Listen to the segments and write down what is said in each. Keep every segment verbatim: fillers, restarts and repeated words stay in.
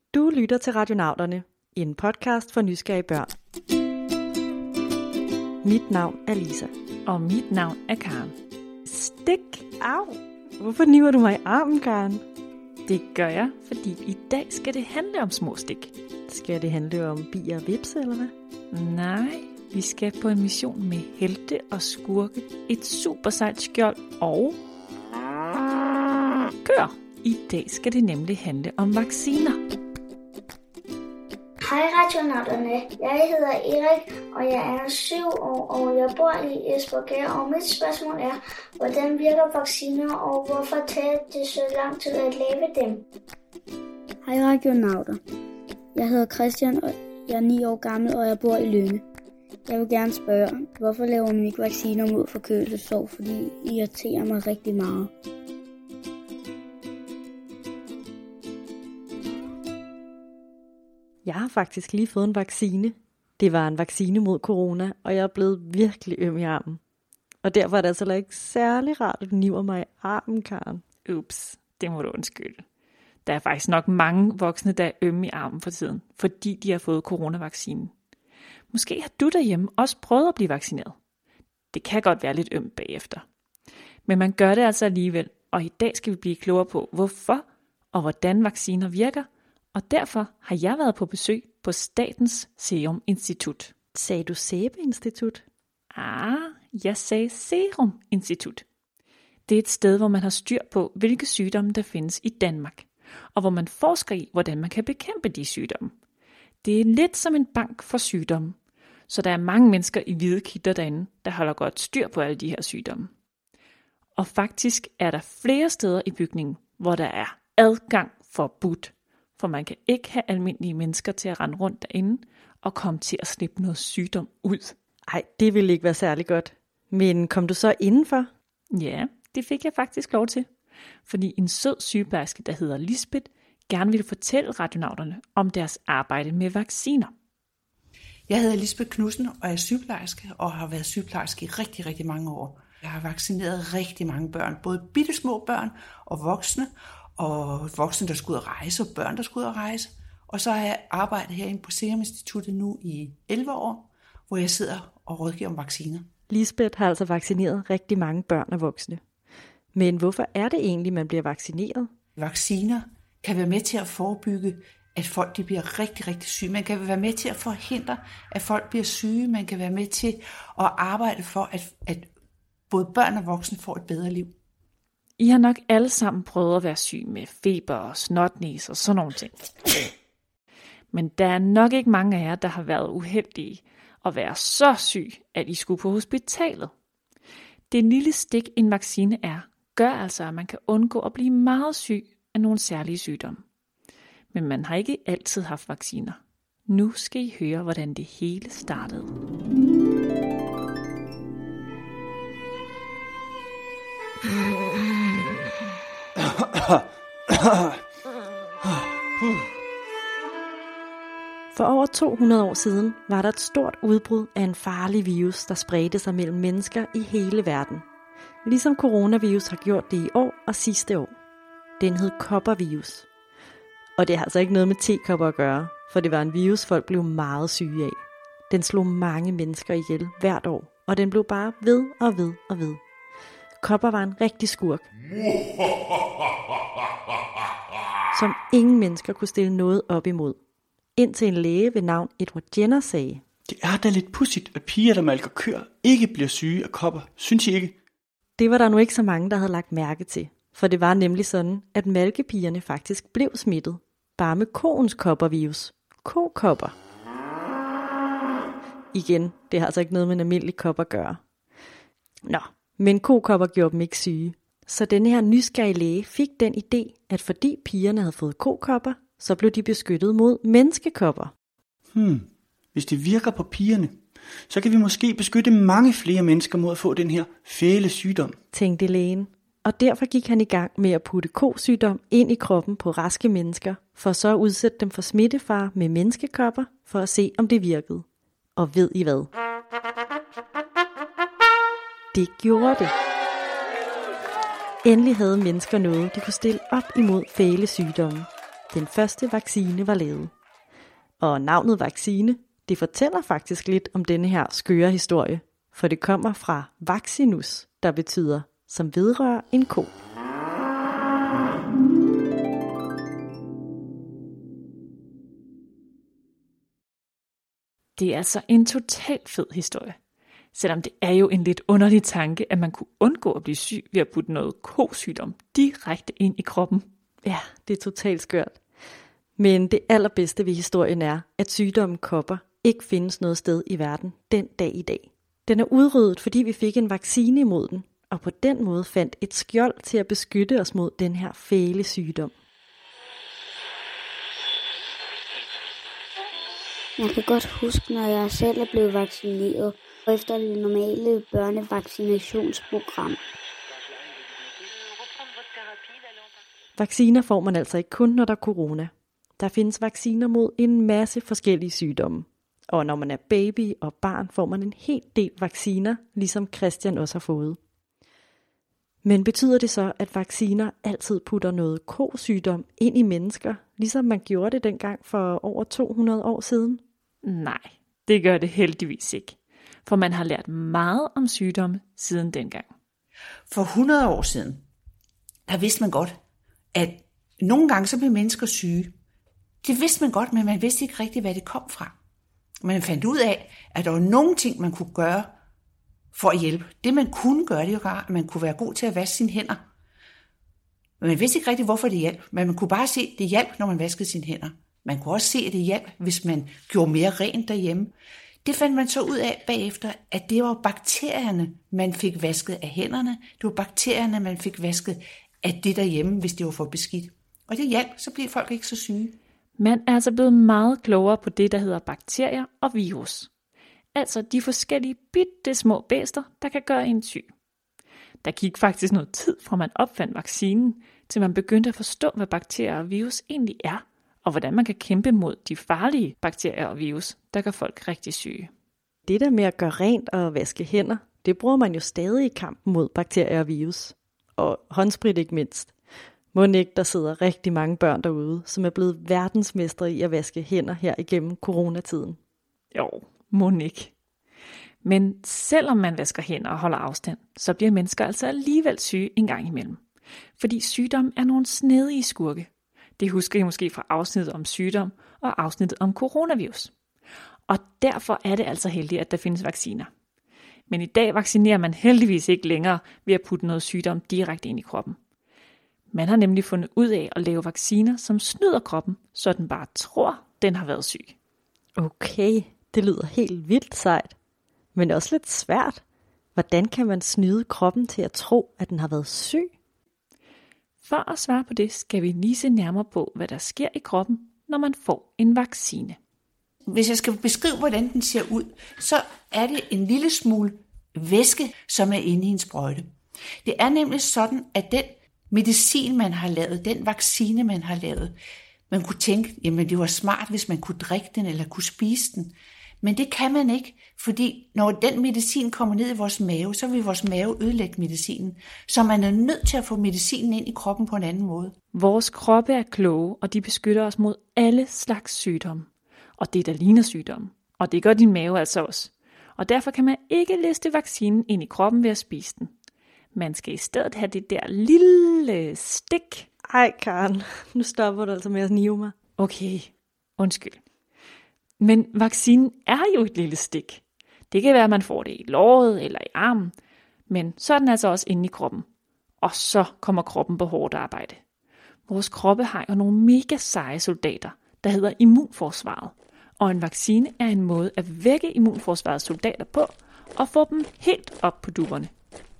Du lytter til Radionauterne, en podcast for nysgerrige børn. Mit navn er Lisa. Og mit navn er Karen. Stik! Au! Hvorfor niver du mig i armen, Karen? Det gør jeg, fordi i dag skal det handle om små stik. Skal det handle om bier og vipse, eller hvad? Nej, vi skal på en mission med helte og skurke, et super sejt skjold og kør. I dag skal det nemlig handle om vacciner. Hej Radionauterne, jeg hedder Erik, og jeg er syv år, og jeg bor i Esbjerg, og mit spørgsmål er, hvordan virker vacciner, og hvorfor tager det så lang tid at lave dem? Hej Radionauter, jeg hedder Christian, og jeg er ni år gammel, og jeg bor i Lønne. Jeg vil gerne spørge, hvorfor laver man ikke vacciner mod forkølelsessår, fordi det irriterer mig rigtig meget. Jeg har faktisk lige fået en vaccine. Det var en vaccine mod corona, og jeg er blevet virkelig øm i armen. Og derfor er det altså ikke særlig rart, at du niver mig i armen, Karen. Ups, det må du undskylde. Der er faktisk nok mange voksne, der er ømme i armen for tiden, fordi de har fået coronavaccinen. Måske har du derhjemme også prøvet at blive vaccineret. Det kan godt være lidt ømt bagefter. Men man gør det altså alligevel, og i dag skal vi blive klogere på, hvorfor og hvordan vacciner virker, og derfor har jeg været på besøg på Statens Serum Institut. Sagde du Sæbeinstitut? Ah, jeg sagde Serum Institut. Det er et sted, hvor man har styr på, hvilke sygdomme der findes i Danmark, og hvor man forsker i, hvordan man kan bekæmpe de sygdomme. Det er lidt som en bank for sygdomme, så der er mange mennesker i hvide kitler derinde, der holder godt styr på alle de her sygdomme. Og faktisk er der flere steder i bygningen, hvor der er adgang forbudt, for man kan ikke have almindelige mennesker til at rende rundt derinde og komme til at slippe noget sygdom ud. Ej, det ville ikke være særlig godt. Men kom du så indenfor? Ja, det fik jeg faktisk lov til, fordi en sød sygeplejerske, der hedder Lisbeth, gerne ville fortælle radionauterne om deres arbejde med vacciner. Jeg hedder Lisbeth Knudsen, og er sygeplejerske og har været sygeplejerske i rigtig, rigtig mange år. Jeg har vaccineret rigtig mange børn, både bittesmå børn og voksne, og voksne, der skal ud og rejse, og børn, der skal ud og rejse. Og så har jeg arbejdet herinde på Serum Instituttet nu i elleve år, hvor jeg sidder og rådgiver om vacciner. Lisbeth har altså vaccineret rigtig mange børn og voksne. Men hvorfor er det egentlig, man bliver vaccineret? Vacciner kan være med til at forebygge, at folk de bliver rigtig, rigtig syge. Man kan være med til at forhindre, at folk bliver syge. Man kan være med til at arbejde for, at, at både børn og voksne får et bedre liv. I har nok alle sammen prøvet at være syge med feber og snotnæs og sådan nogle ting. Men der er nok ikke mange af jer, der har været uheldige og være så syg, at I skulle på hospitalet. Det lille stik, en vaccine er, gør altså, at man kan undgå at blive meget syg af nogle særlige sygdomme. Men man har ikke altid haft vacciner. Nu skal I høre, hvordan det hele startede. For over to hundrede år siden var der et stort udbrud af en farlig virus, der spredte sig mellem mennesker i hele verden. Ligesom coronavirus har gjort det i år og sidste år. Den hed koppervirus. Og det har altså ikke noget med tekopper at gøre, for det var en virus, folk blev meget syge af. Den slog mange mennesker ihjel hvert år, og den blev bare ved og ved og ved. Kopper var en rigtig skurk, som ingen mennesker kunne stille noget op imod. Indtil en læge ved navn Edward Jenner sagde: Det er da lidt pudsigt, at piger, der malker køer, ikke bliver syge af kopper. Synes I ikke? Det var der nu ikke så mange, der havde lagt mærke til. For det var nemlig sådan, at malkepigerne faktisk blev smittet. Bare med koens koppervirus. Kokopper. Igen, det har altså ikke noget med en almindelig kopper at gøre. Nå, men kokopper gjorde dem ikke syge. Så denne her nysgerrige læge fik den idé, at fordi pigerne havde fået kokopper, så blev de beskyttet mod menneskekopper. Hmm, hvis det virker på pigerne, så kan vi måske beskytte mange flere mennesker mod at få den her fæle sygdom, tænkte lægen. Og derfor gik han i gang med at putte kosygdom ind i kroppen på raske mennesker, for så at udsætte dem for smittefare med menneskekopper, for at se om det virkede. Og ved I hvad? Det gjorde det. Endelig havde mennesker noget, de kunne stille op imod fæle sygdomme. Den første vaccine var lavet. Og navnet vaccine, det fortæller faktisk lidt om denne her skøre historie, for det kommer fra vaccinus, der betyder som vedrører en ko. Det er altså en totalt fed historie. Selvom det er jo en lidt underlig tanke, at man kunne undgå at blive syg ved at putte noget kosygdom direkte ind i kroppen. Ja, det er totalt skørt. Men det allerbedste ved historien er, at sygdommen kopper ikke findes noget sted i verden den dag i dag. Den er udryddet, fordi vi fik en vaccine imod den, og på den måde fandt et skjold til at beskytte os mod den her fæle sygdom. Jeg kan godt huske, når jeg selv er blevet vaccineret, efter det normale børnevaccinationsprogram. Vacciner får man altså ikke kun, når der er corona. Der findes vacciner mod en masse forskellige sygdomme. Og når man er baby og barn, får man en hel del vacciner, ligesom Christian også har fået. Men betyder det så, at vacciner altid putter noget kosygdom ind i mennesker, ligesom man gjorde det dengang for over to hundrede år siden? Nej, det gør det heldigvis ikke. For man har lært meget om sygdomme siden dengang. For hundrede år siden, der vidste man godt, at nogle gange så blev mennesker syge. Det vidste man godt, men man vidste ikke rigtigt, hvad det kom fra. Man fandt ud af, at der var nogle ting, man kunne gøre for at hjælpe. Det man kunne gøre, det var, at man kunne være god til at vaske sine hænder. Men man vidste ikke rigtigt, hvorfor det hjalp. Men man kunne bare se, at det hjalp, når man vaskede sine hænder. Man kunne også se, at det hjalp, hvis man gjorde mere rent derhjemme. Det fandt man så ud af bagefter, at det var bakterierne, man fik vasket af hænderne. Det var bakterierne, man fik vasket af det derhjemme, hvis det var for beskidt. Og det hjalp, så blev folk ikke så syge. Man er altså blevet meget klogere på det, der hedder bakterier og virus. Altså de forskellige bitte små bæster, der kan gøre en syg. Der gik faktisk noget tid fra man opfandt vaccinen, til man begyndte at forstå, hvad bakterier og virus egentlig er, og hvordan man kan kæmpe mod de farlige bakterier og virus, der gør folk rigtig syge. Det der med at gøre rent og vaske hænder, det bruger man jo stadig i kampen mod bakterier og virus. Og håndsprit ikke mindst. Må ikke, der sidder rigtig mange børn derude, som er blevet verdensmestre i at vaske hænder her igennem coronatiden. Jo, må ikke. Men selvom man vasker hænder og holder afstand, så bliver mennesker altså alligevel syge en gang imellem. Fordi sygdom er nogle snedige skurke. Det husker I måske fra afsnittet om sygdom og afsnittet om coronavirus. Og derfor er det altså heldigt, at der findes vacciner. Men i dag vaccinerer man heldigvis ikke længere ved at putte noget sygdom direkte ind i kroppen. Man har nemlig fundet ud af at lave vacciner, som snyder kroppen, så den bare tror, den har været syg. Okay, det lyder helt vildt sejt, men også lidt svært. Hvordan kan man snyde kroppen til at tro, at den har været syg? For at svare på det, skal vi lige se nærmere på, hvad der sker i kroppen, når man får en vaccine. Hvis jeg skal beskrive, hvordan den ser ud, så er det en lille smule væske, som er inde i en sprøjte. Det er nemlig sådan, at den medicin, man har lavet, den vaccine, man har lavet, man kunne tænke, jamen det var smart, hvis man kunne drikke den eller kunne spise den. Men det kan man ikke, fordi når den medicin kommer ned i vores mave, så vil vores mave ødelægge medicinen. Så man er nødt til at få medicinen ind i kroppen på en anden måde. Vores kroppe er kloge, og de beskytter os mod alle slags sygdomme. Og det, der ligner sygdomme. Og det gør din mave altså også. Og derfor kan man ikke liste vaccinen ind i kroppen ved at spise den. Man skal i stedet have det der lille stik. Ej, Karen, nu stopper du altså med at snive mig. Okay, undskyld. Men vaccinen er jo et lille stik. Det kan være, at man får det i låret eller i armen, men så er den altså også inde i kroppen. Og så kommer kroppen på hårdt arbejde. Vores kroppe har jo nogle mega seje soldater, der hedder immunforsvaret. Og en vaccine er en måde at vække immunforsvarets soldater på og få dem helt op på dupperne.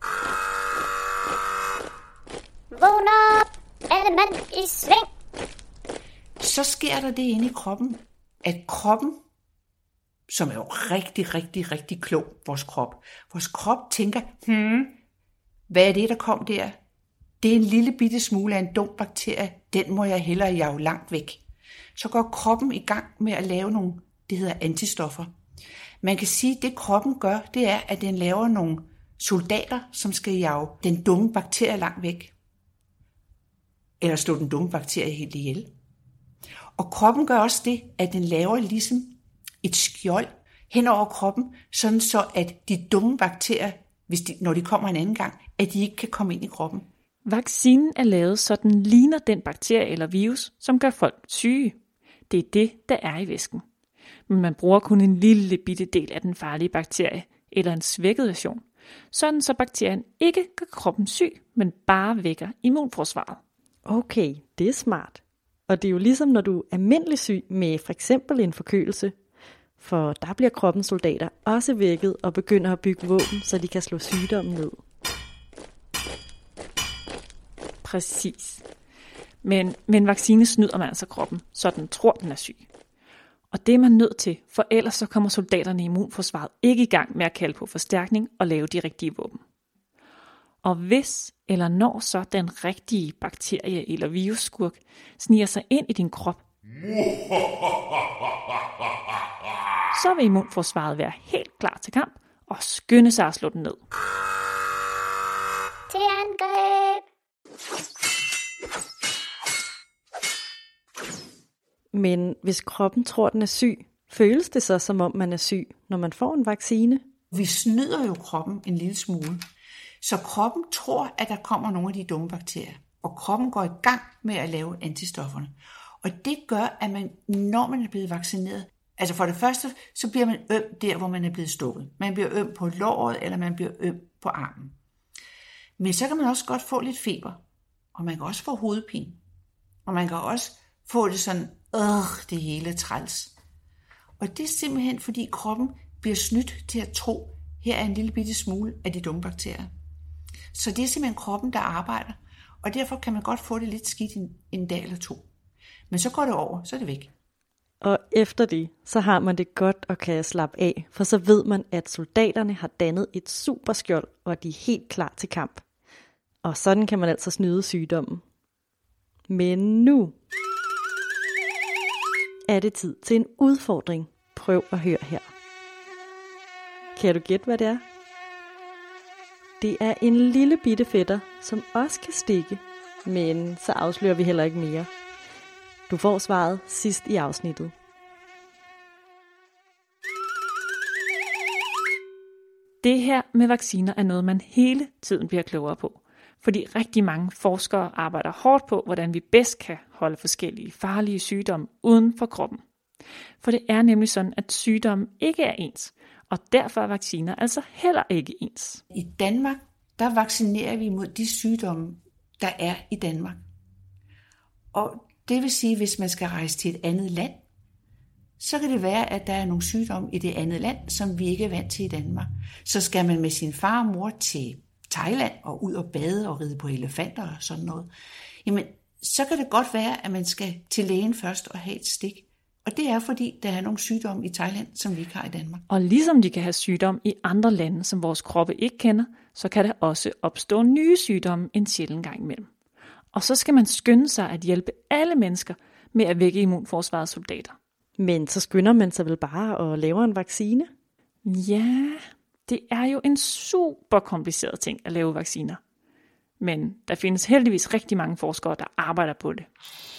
Vågn op! Alle mand i sving! Så sker der det inde i kroppen, at kroppen, som er jo rigtig, rigtig, rigtig klog, vores krop, vores krop tænker, hmm, hvad er det, der kom der? Det er en lille bitte smule af en dum bakterie, den må jeg hellere jage langt væk. Så går kroppen i gang med at lave nogle, det hedder antistoffer. Man kan sige, at det kroppen gør, det er, at den laver nogle soldater, som skal jage den dumme bakterie langt væk. Eller slå den dumme bakterie helt ihjel. Og kroppen gør også det, at den laver ligesom et skjold hen over kroppen, sådan så at de dumme bakterier, hvis de, når de kommer en anden gang, at de ikke kan komme ind i kroppen. Vaccinen er lavet, så den ligner den bakterie eller virus, som gør folk syge. Det er det, der er i væsken. Men man bruger kun en lille bitte del af den farlige bakterie, eller en svækket version, sådan så bakterien ikke gør kroppen syg, men bare vækker immunforsvaret. Okay, det er smart. Og det er jo ligesom, når du er almindelig syg med for eksempel en forkølelse. For der bliver kroppens soldater også vækket og begynder at bygge våben, så de kan slå sygdommen ned. Præcis. Men med en vaccine snyder man altså kroppen, så den tror, den er syg. Og det er man nødt til, for ellers så kommer soldaterne i immunforsvaret ikke i gang med at kalde på forstærkning og lave de rigtige våben. Og hvis eller når så den rigtige bakterie eller virusskurk sniger sig ind i din krop, så vil immunforsvaret være helt klar til kamp og skynde sig at slå den ned. Til angreb! Men hvis kroppen tror, den er syg, føles det så, som om man er syg, når man får en vaccine? Vi snyder jo kroppen en lille smule. Så kroppen tror, at der kommer nogle af de dumme bakterier. Og kroppen går i gang med at lave antistofferne. Og det gør, at man, når man er blevet vaccineret, altså for det første, så bliver man øm der, hvor man er blevet stukket. Man bliver øm på låret, eller man bliver øm på armen. Men så kan man også godt få lidt feber. Og man kan også få hovedpine. Og man kan også få det sådan, øh, det hele er træls. Og det er simpelthen, fordi kroppen bliver snydt til at tro, her er en lille bitte smule af de dumme bakterier. Så det er simpelthen kroppen, der arbejder, og derfor kan man godt få det lidt skidt en, en dag eller to. Men så går det over, så er det væk. Og efter det, så har man det godt og kan slappe af, for så ved man, at soldaterne har dannet et superskjold, og at de er helt klar til kamp. Og sådan kan man altså snyde sygdommen. Men nu er det tid til en udfordring. Prøv at høre her. Kan du gætte, hvad det er? Det er en lille bitte fætter, som også kan stikke, men så afslører vi heller ikke mere. Du får svaret sidst i afsnittet. Det her med vacciner er noget, man hele tiden bliver klogere på. Fordi rigtig mange forskere arbejder hårdt på, hvordan vi bedst kan holde forskellige farlige sygdomme uden for kroppen. For det er nemlig sådan, at sygdomme ikke er ens, og derfor er vacciner altså heller ikke ens. I Danmark, der vaccinerer vi mod de sygdomme, der er i Danmark. Og det vil sige, at hvis man skal rejse til et andet land, så kan det være, at der er nogle sygdomme i det andet land, som vi ikke er vant til i Danmark. Så skal man med sin far og mor til Thailand og ud og bade og ride på elefanter og sådan noget, jamen så kan det godt være, at man skal til lægen først og have et stik. Og det er fordi, der er nogle sygdomme i Thailand, som vi ikke har i Danmark. Og ligesom de kan have sygdomme i andre lande, som vores kroppe ikke kender, så kan der også opstå nye sygdomme en sjælden gang imellem. Og så skal man skynde sig at hjælpe alle mennesker med at vække immunforsvarets soldater. Men så skynder man sig vel bare at lave en vaccine? Ja, det er jo en super kompliceret ting at lave vacciner. Men der findes heldigvis rigtig mange forskere, der arbejder på det.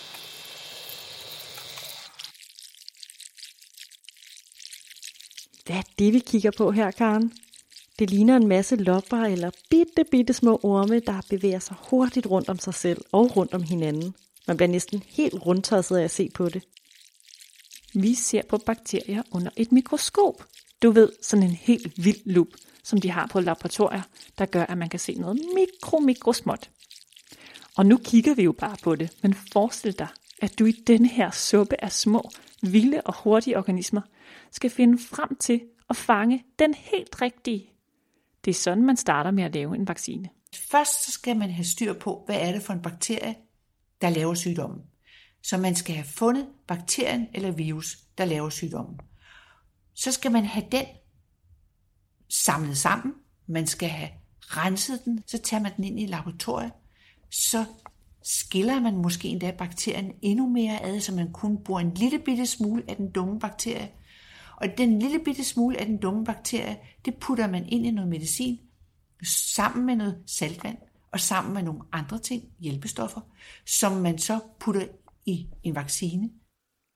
Hvad er det, vi kigger på her, Karen? Det ligner en masse lopper eller bitte, bitte små orme, der bevæger sig hurtigt rundt om sig selv og rundt om hinanden. Man bliver næsten helt rundtosset af at se på det. Vi ser på bakterier under et mikroskop. Du ved, sådan en helt vild lup, som de har på laboratorier, der gør, at man kan se noget mikro, mikro småt. Og nu kigger vi jo bare på det, men forestil dig, at du i denne her suppe af små, vilde og hurtige organismer skal finde frem til at fange den helt rigtige. Det er sådan, man starter med at lave en vaccine. Først så skal man have styr på, hvad er det for en bakterie, der laver sygdommen. Så man skal have fundet bakterien eller virus, der laver sygdommen. Så skal man have den samlet sammen. Man skal have renset den, så tager man den ind i laboratoriet. Så skiller man måske endda bakterien endnu mere ad, så man kun bruger en lille bitte smule af den dumme bakterie. Og den lille bitte smule af den dumme bakterie, det putter man ind i noget medicin, sammen med noget saltvand, og sammen med nogle andre ting, hjælpestoffer, som man så putter i en vaccine.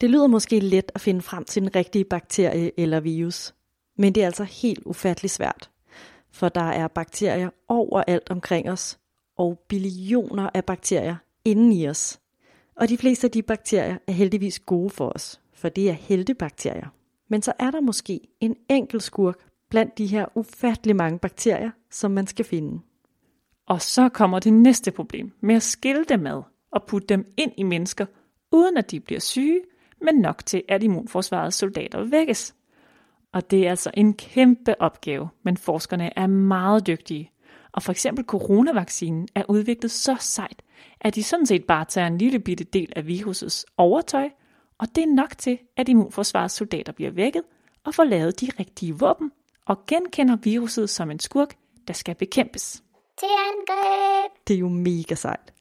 Det lyder måske let at finde frem til den rigtige bakterie eller virus, men det er altså helt ufatteligt svært. For der er bakterier overalt omkring os, og billioner af bakterier inden i os. Og de fleste af de bakterier er heldigvis gode for os, for det er heltebakterier. Men så er der måske en enkelt skurk blandt de her ufattelig mange bakterier, som man skal finde. Og så kommer det næste problem med at skille dem ad og putte dem ind i mennesker, uden at de bliver syge, men nok til, at immunforsvarets soldater vækkes. Og det er altså en kæmpe opgave, men forskerne er meget dygtige. Og for eksempel coronavaccinen er udviklet så sejt, at de sådan set bare tager en lille bitte del af virusets overtøj, og det er nok til, at immunforsvarets soldater bliver vækket og får lavet de rigtige våben og genkender viruset som en skurk, der skal bekæmpes. Til angreb! Det er jo mega sejt.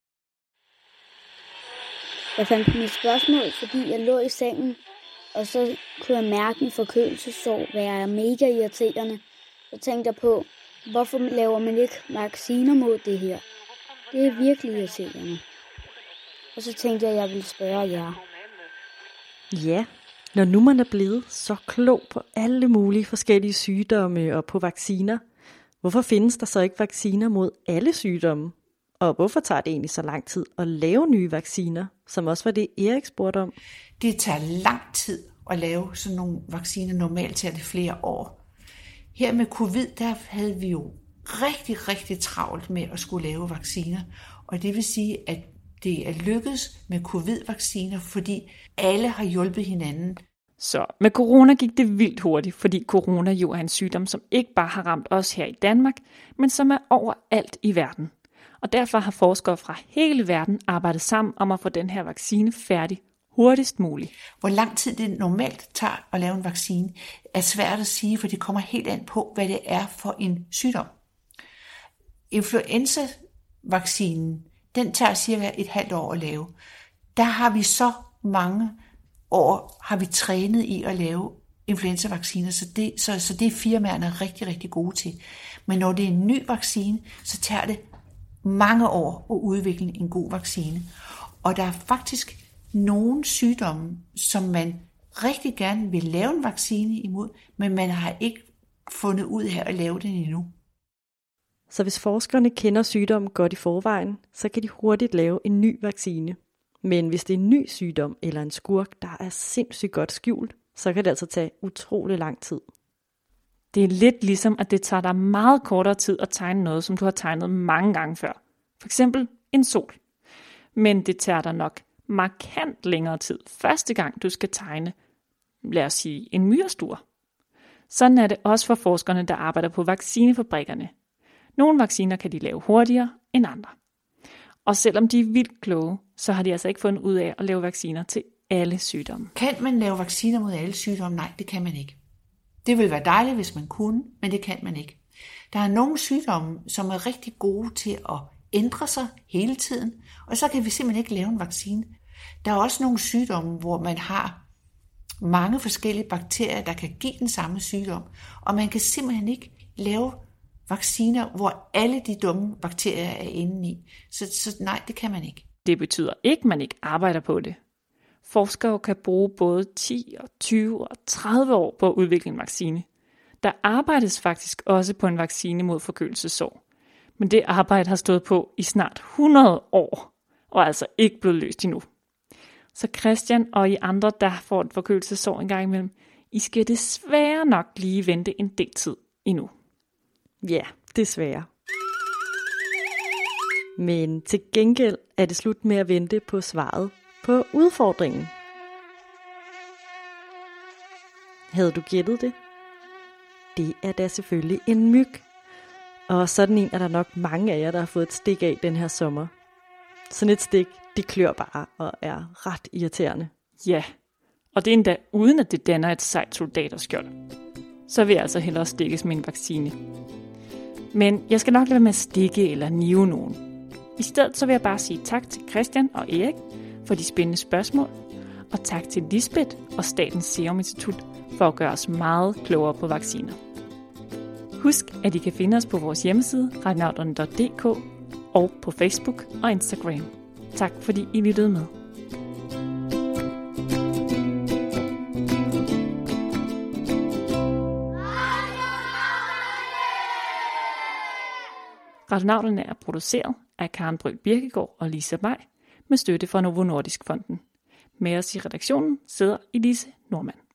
Jeg fandt mit spørgsmål, fordi jeg lå i sengen, og så kunne jeg mærke en forkølelsessår være mega irriterende. Så tænkte jeg på, hvorfor laver man ikke vacciner mod det her? Det er virkelig irriterende. Og så tænkte jeg, at jeg ville spørge jer. Ja, når nu man er blevet så klog på alle mulige forskellige sygdomme og på vacciner, hvorfor findes der så ikke vacciner mod alle sygdomme? Og hvorfor tager det egentlig så lang tid at lave nye vacciner, som også var det Erik spurgte om? Det tager lang tid at lave sådan nogle vacciner. Normalt tager det flere år. Her med covid, der havde vi jo rigtig, rigtig travlt med at skulle lave vacciner. Og det vil sige, at det er lykkedes med covid-vacciner, fordi alle har hjulpet hinanden. Så med corona gik det vildt hurtigt, fordi corona jo er en sygdom, som ikke bare har ramt os her i Danmark, men som er overalt i verden. Og derfor har forskere fra hele verden arbejdet sammen om at få den her vaccine færdig hurtigst muligt. Hvor lang tid det normalt tager at lave en vaccine, er svært at sige, for det kommer helt an på, hvad det er for en sygdom. Influenza-vaccinen, den tager cirka et halvt år at lave. Der har vi så mange år, har vi trænet i at lave influenza-vacciner, så det, så, så det er firmaerne rigtig, rigtig gode til. Men når det er en ny vaccine, så tager det mange år at udvikle en god vaccine. Og der er faktisk nogle sygdomme, som man rigtig gerne vil lave en vaccine imod, men man har ikke fundet ud af at lave den endnu. Så hvis forskerne kender sygdommen godt i forvejen, så kan de hurtigt lave en ny vaccine. Men hvis det er en ny sygdom eller en skurk, der er sindssygt godt skjult, så kan det altså tage utrolig lang tid. Det er lidt ligesom, at det tager dig meget kortere tid at tegne noget, som du har tegnet mange gange før. For eksempel en sol. Men det tager dig nok markant længere tid første gang, du skal tegne, lad os sige, en myrestuer. Sådan er det også for forskerne, der arbejder på vaccinefabrikkerne. Nogle vacciner kan de lave hurtigere end andre. Og selvom de er vildt kloge, så har de altså ikke fundet ud af at lave vacciner til alle sygdomme. Kan man lave vacciner mod alle sygdomme? Nej, det kan man ikke. Det ville være dejligt, hvis man kunne, men det kan man ikke. Der er nogle sygdomme, som er rigtig gode til at ændre sig hele tiden, og så kan vi simpelthen ikke lave en vaccine. Der er også nogle sygdomme, hvor man har mange forskellige bakterier, der kan give den samme sygdom, og man kan simpelthen ikke lave vacciner, hvor alle de dumme bakterier er inde i. Så, så nej, det kan man ikke. Det betyder ikke, at man ikke arbejder på det. Forskere kan bruge både ti, tyve og tredive år på at udvikle en vaccine. Der arbejdes faktisk også på en vaccine mod forkølelsessår. Men det arbejde har stået på i snart hundrede år, og er altså ikke blevet løst endnu. Så Christian og I andre, der får et forkølelsessår en gang imellem, I skal desværre nok lige vente en del tid endnu. Ja, desværre. Men til gengæld er det slut med at vente på svaret på udfordringen. Havde du gættet det? Det er da selvfølgelig en myg. Og sådan en er der nok mange af jer, der har fået et stik af den her sommer. Sådan et stik, det klør bare og er ret irriterende. Ja, og det er endda uden at det danner et sejt soldaterskjold. Så vil jeg altså hellere stikkes med en vaccine. Men jeg skal nok lade være med at stikke eller nive nogen. I stedet så vil jeg bare sige tak til Christian og Erik for de spændende spørgsmål, og tak til Lisbeth og Statens Serum Institut for at gøre os meget klogere på vacciner. Husk, at I kan finde os på vores hjemmeside radionauterne punktum d k og på Facebook og Instagram. Tak fordi I lyttede med. Radionauterne er produceret af Karen Brøl Birkegaard og Lisa Maj med støtte fra Novo Nordisk Fonden. Med os i redaktionen sidder Elise Normann.